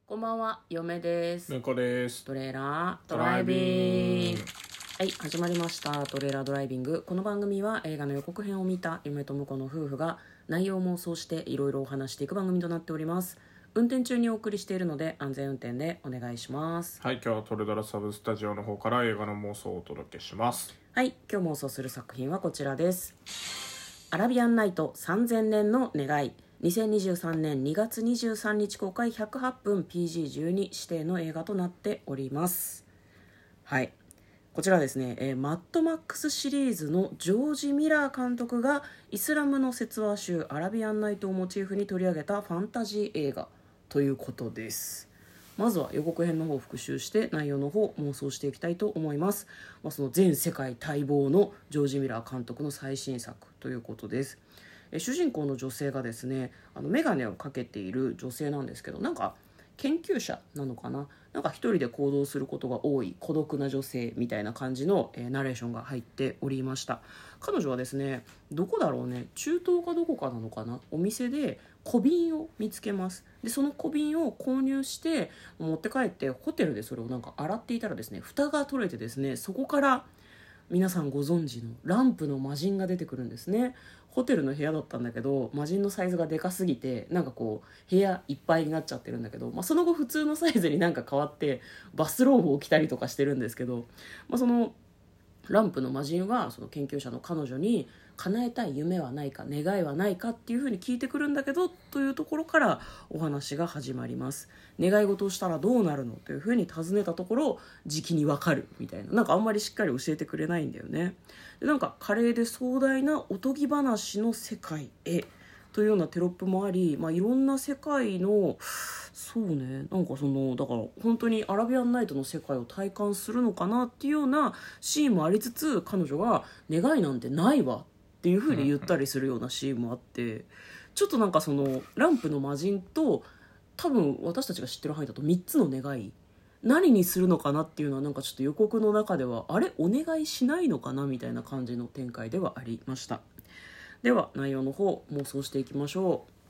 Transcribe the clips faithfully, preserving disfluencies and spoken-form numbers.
こんばんは、嫁です。 むこです。 トレーラードライビング。はい、始まりました。トレーラードライビング。この番組は映画の予告編を見た嫁と婿の夫婦が内容を妄想していろいろお話していく番組となっております。運転中にお送りしているので安全運転でお願いします。 はい、今日はトレドラサブスタジオの方から映画の妄想をお届けします。 はい、今日妄想する作品はこちらです。アラビアンナイトさんぜんねんの願い。にせんにじゅうさんねんにがつにじゅうさんにち公開ひゃくはっぷん ピージーじゅうに 指定の映画となっております。はい、こちらですね、えーマッドマックスシリーズのジョージ・ミラー監督がイスラムの説話集アラビアンナイトをモチーフに取り上げたファンタジー映画ということです。まずは予告編の方を復習して内容の方を妄想していきたいと思います。まあ、その全世界待望のジョージ・ミラー監督の最新作ということです。え主人公の女性がですね、あの眼鏡をかけている女性なんですけど、なんか研究者なのかな、なんか一人で行動することが多い孤独な女性みたいな感じの、えーナレーションが入っておりました。彼女はですね、どこだろうね、中東かどこかなのかな、お店で小瓶を見つけます。でその小瓶を購入して持って帰ってホテルでそれをなんか洗っていたらですね、蓋が取れてですね、そこから皆さんご存知のランプの魔人が出てくるんですね。ホテルの部屋だったんだけど、魔人のサイズがでかすぎてなんかこう部屋いっぱいになっちゃってるんだけど、まあ、その後普通のサイズになんか変わってバスローブを着たりとかしてるんですけど、まあ、そのランプの魔人はその研究者の彼女に叶えたい夢はないか願いはないかっていうふうに聞いてくるんだけど、というところからお話が始まります。願い事をしたらどうなるのというふうに尋ねたところ、時期にわかるみたいな、なんかあんまりしっかり教えてくれないんだよね。でなんか華麗で壮大なおとぎ話の世界へというようなテロップもあり、まあ、いろんな世界のそうね、なんかそのだから本当にアラビアンナイトの世界を体感するのかなっていうようなシーンもありつつ、彼女が願いなんてないわっていう風に言ったりするようなシーンもあって、ちょっとなんかそのランプの魔人と多分私たちが知ってる範囲だとみっつの願い、何にするのかなっていうのはなんかちょっと予告の中ではあれお願いしないのかなみたいな感じの展開ではありました。では内容の方妄想していきましょう。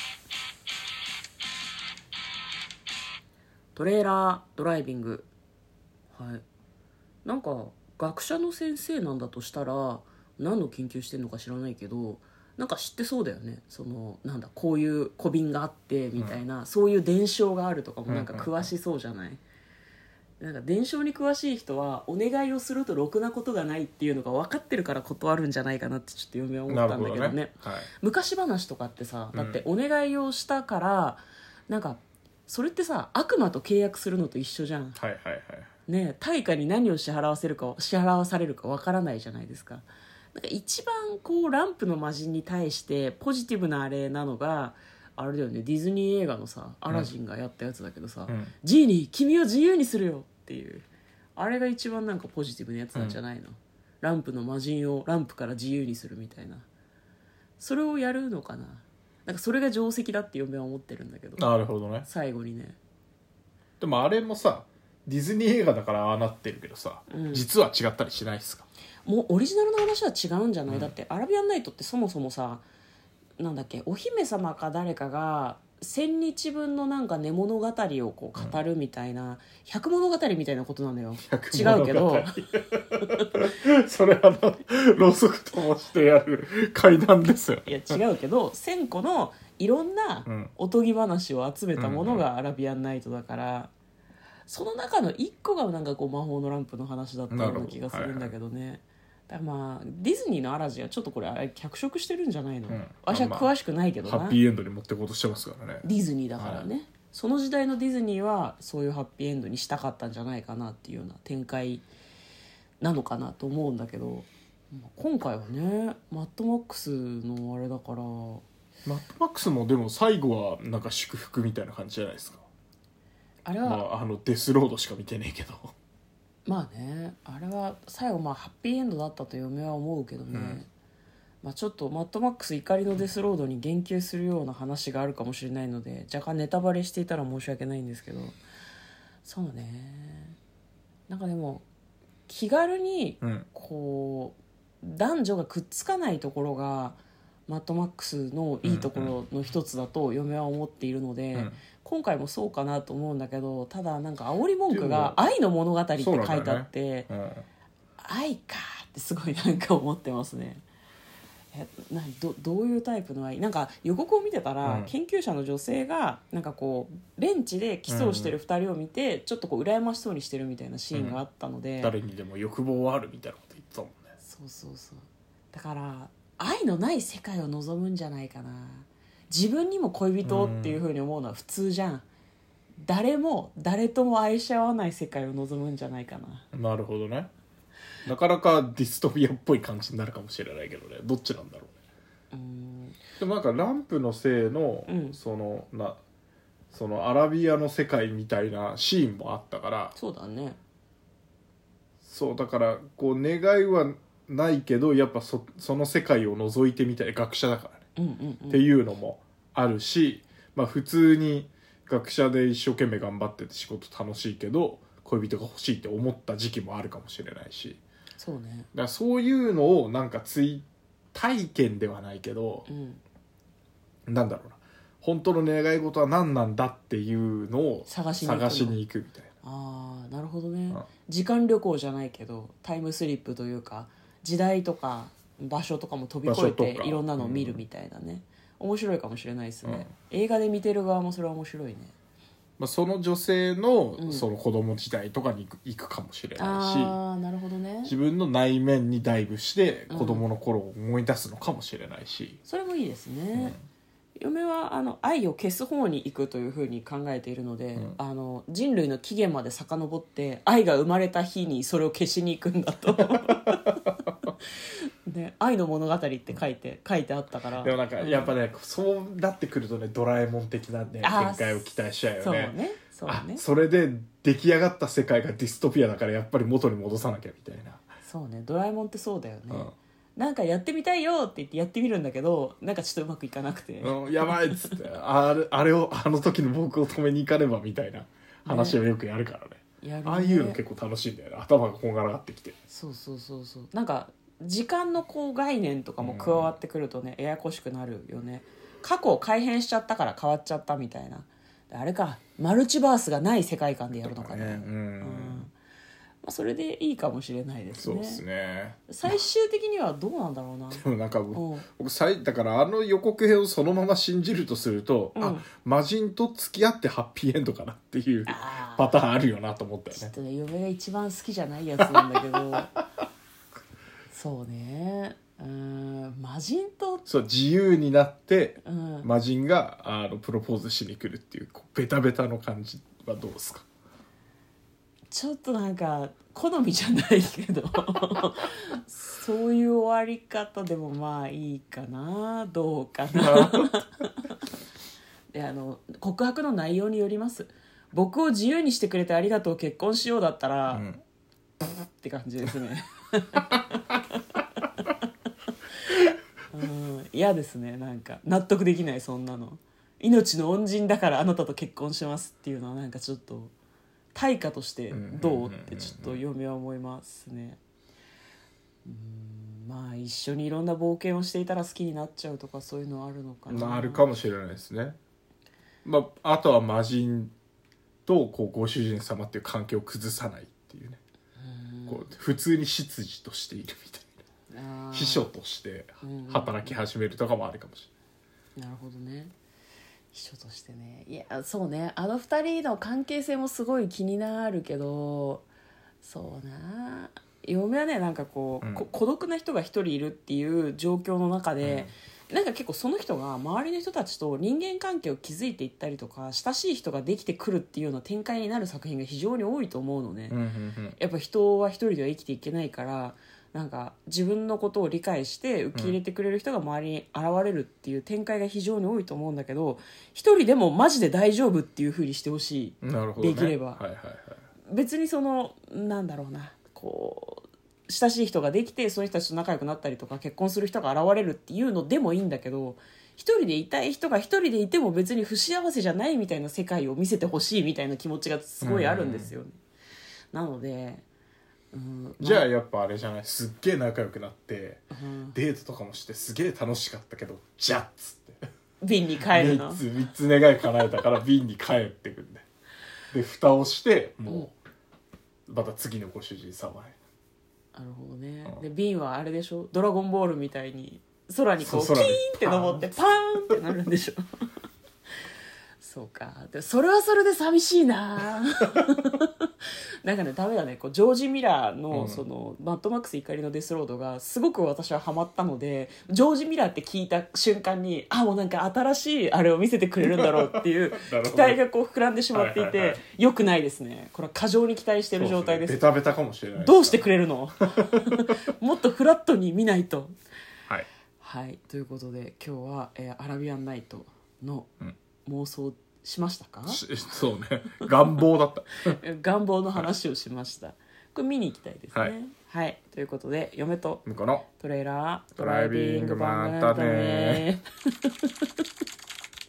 トレーラードライビング。はい、なんか学者の先生なんだとしたら何の研究してんのか知らないけど、なんか知ってそうだよね。そのなんだこういう小瓶があってみたいな、うん、そういう伝承があるとかもなんか詳しそうじゃない、なんか伝承に詳しい人はお願いをするとろくなことがないっていうのが分かってるから断るんじゃないかなってちょっと嫁は思ったんだけど ね, どね、はい、昔話とかってさ、だってお願いをしたから、うん、なんかそれってさ悪魔と契約するのと一緒じゃん、 はいはいはい、 ね、対価に何を支払わせるか支払わされるか分からないじゃないですか。なんか一番こうランプの魔人に対してポジティブなあれなのがあれだよね、ディズニー映画のさアラジンがやったやつだけどさ、うん、ジーニー君を自由にするよっていう、あれが一番なんかポジティブなやつなんじゃないの、うん、ランプの魔人をランプから自由にするみたいな、それをやるのかな。なんかそれが定石だって嫁は思ってるんだけど。 なるほどね。 最後にね、 でもあれもさディズニー映画だからああなってるけどさ、うん、実は違ったりしないですか。 もうオリジナルの話は違うんじゃない、うん、だってアラビアンナイトってそもそもさ、なんだっけ、お姫様か誰かが千日分のなんか寝物語をこう語るみたいな、うん、百物語みたいなことなのよ。違うけどそれあのろうそくともしてやる怪談ですよ。 いや違うけど千個のいろんなおとぎ話を集めたものがアラビアンナイトだから、うんうん、その中の一個がなんかこう魔法のランプの話だったような気がするんだけどね、はいはい、だからまあディズニーのアラジンはちょっとこれあれ脚色してるんじゃないの、うん、私は詳しくないけどな、 まあ、ハッピーエンドに持っていこうとしてますからね、 ディズニーだからね、はい、その時代のディズニーはそういうハッピーエンドにしたかったんじゃないかなっていうような展開なのかなと思うんだけど、今回はねマッドマックスのあれだから、 マッドマックスもでも最後はなんか祝福みたいな感じじゃないですか。 あれは、 まあ、あのデスロードしか見てねえけど、 まあね、あれは最後まあハッピーエンドだったと嫁は思うけどね、うん、まあ、ちょっとマッドマックス怒りのデスロードに言及するような話があるかもしれないので若干ネタバレしていたら申し訳ないんですけど、そうね、なんかでも気軽にこう、うん、男女がくっつかないところがマッドマックスのいいところの一つだと嫁は思っているので、うん、今回もそうかなと思うんだけど、ただなんか煽り文句が愛の物語って書いてあって、ねうん、愛かってすごいなんか思ってますね。えな ど, どういうタイプの愛、なんか予告を見てたら、うん、研究者の女性がなんかこうベンチでキスをしてるふたりを見て、うん、ちょっとこう羨ましそうにしてるみたいなシーンがあったので、 うん、誰にでも欲望はあるみたいなこと言ってたもんね。 そうそうそう、だから愛のない世界を望むんじゃないかな。自分にも恋人っていう風に思うのは普通じゃん、うん、誰も誰とも愛し合わない世界を望むんじゃないかな。 なるほどね。なかなかディストピアっぽい感じになるかもしれないけどね、どっちなんだろうね。うんでもなんかランプのせいの、うん、そのなそのアラビアの世界みたいなシーンもあったから。 そうだね。 そうだからこう願いはないけどやっぱ そ, その世界を覗いてみたい、学者だからね、うんうんうん、っていうのもあるし、まあ、普通に学者で一生懸命頑張ってて仕事楽しいけど恋人が欲しいって思った時期もあるかもしれないし、 そうね、 だからそういうのをなんか追体験ではないけど、うん、なんだろうな、本当の願い事は何なんだっていうのを探しに行く、探しに行くみたいな。 あーなるほどね、うん、時間旅行じゃないけどタイムスリップというか時代とか場所とかも飛び越えていろんなのを見るみたいなね、うん、面白いかもしれないですね、うん、映画で見てる側もそれは面白いね。 まあ、その女性 の,、うん、その子供時代とかに行く、行くかもしれないし、 あなるほど、ね、 自分の内面にダイブして子供の頃を思い出すのかもしれないし、うん、 それもいいですね、うん、嫁はあの愛を消す方に行くというふうに考えているので、うん、あの人類の起源まで遡って愛が生まれた日にそれを消しに行くんだとね、愛の物語って書いて書いてあったから。 でもなんかやっぱね、うん、そうなってくるとねドラえもん的な、ね、展開を期待しちゃうよね。 そうね、そうね。 あそれで出来上がった世界がディストピアだからやっぱり元に戻さなきゃみたいな。 そうね、ドラえもんってそうだよね、うん、なんかやってみたいよって言ってやってみるんだけどなんかちょっとうまくいかなくて、 うん、やばいっつってあれ、あれをあの時の僕を止めに行かねばみたいな話をよくやるからね、ねやるね、ああいうの結構楽しいんだよね、頭がこんがらがってきて。 そうそうそうそう、なんか時間のこう概念とかも加わってくるとね、うん、ややこしくなるよね。過去を改変しちゃったから変わっちゃったみたいな、あれかマルチバースがない世界観でやるのかね、うんうんまあ、それでいいかもしれないですね。 そうですね。 最終的にはどうなんだろうな。 でもなんか僕最だからあの予告編をそのまま信じるとすると、うん、あ魔人と付き合ってハッピーエンドかなっていうパターンあるよなと思ったよね。 ちょっとね嫁が一番好きじゃないやつなんだけどそうね、うん魔人とそう自由になって、うん、魔人があのプロポーズしに来るっていう、こうベタベタの感じはどうですか。 ちょっとなんか好みじゃないけどそういう終わり方でもまあいいかな、どうかなであの告白の内容によります。僕を自由にしてくれてありがとう結婚しようだったら、うん、って感じですねうん嫌ですね、なんか納得できない、そんなの命の恩人だからあなたと結婚しますっていうのはなんかちょっと対価としてどうってちょっと嫁は思いますね。うんまあ一緒にいろんな冒険をしていたら好きになっちゃうとかそういうのはあるのかな。 あるかもしれないですね。まあ、あとは魔人とこうご主人様っていう関係を崩さないっていうね、こう普通に執事としているみたいな、秘書として働き始めるとかもあるかもしれない。 なるほどね、秘書としてね。いやそうね、あの二人の関係性もすごい気になるけど、そうな嫁はねなんかこう、うん、こ孤独な人が一人いるっていう状況の中で、うん、なんか結構その人が周りの人たちと人間関係を築いていったりとか親しい人ができてくるっていうような展開になる作品が非常に多いと思うのね、うんうんうん、やっぱ人は一人では生きていけないから、なんか自分のことを理解して受け入れてくれる人が周りに現れるっていう展開が非常に多いと思うんだけど、一人でもマジで大丈夫っていう風にしてほしい。 なるほどね、 できれば、 はいはいはい、 別にそのなんだろうな、こう親しい人ができてそういう人たちと仲良くなったりとか結婚する人が現れるっていうのでもいいんだけど、一人でいたい人が一人でいても別に不幸せじゃないみたいな世界を見せてほしいみたいな気持ちがすごいあるんですよね、うん、なのでうんじゃあやっぱあれじゃない、すっげえ仲良くなって、 うん、 デートとかもしてすげえ楽しかったけどじゃっつって瓶に帰るの。 みっつみっつ願い叶えたから瓶に帰ってくんで、で蓋をしてもうまた次のご主人様へ。 なるほどね、 うん、 で瓶はあれでしょ、ドラゴンボールみたいに空にこうキーンそう空にって登ってパーンってなるんでしょそうか、でそれはそれで寂しいななんかねダメだね、こうジョージ・ミラーの、 うんそのマッドマックス怒りのデスロードがすごく私はハマったので、ジョージ・ミラーって聞いた瞬間にあもうなんか新しいあれを見せてくれるんだろうっていう期待がこう膨らんでしまっていて、 はいはいはい、 よくないですね。これは過剰に期待してる状態です。 ベタベタかもしれない。 どうしてくれるのもっとフラットに見ないと。 はい、 はい、ということで今日は、えーアラビアンナイトのうん妄想しましたか、 しそうね、願望だった願望の話をしました。これ見に行きたいですね。 はいはい、ということで嫁と向こうのトレーラードドライビングまったね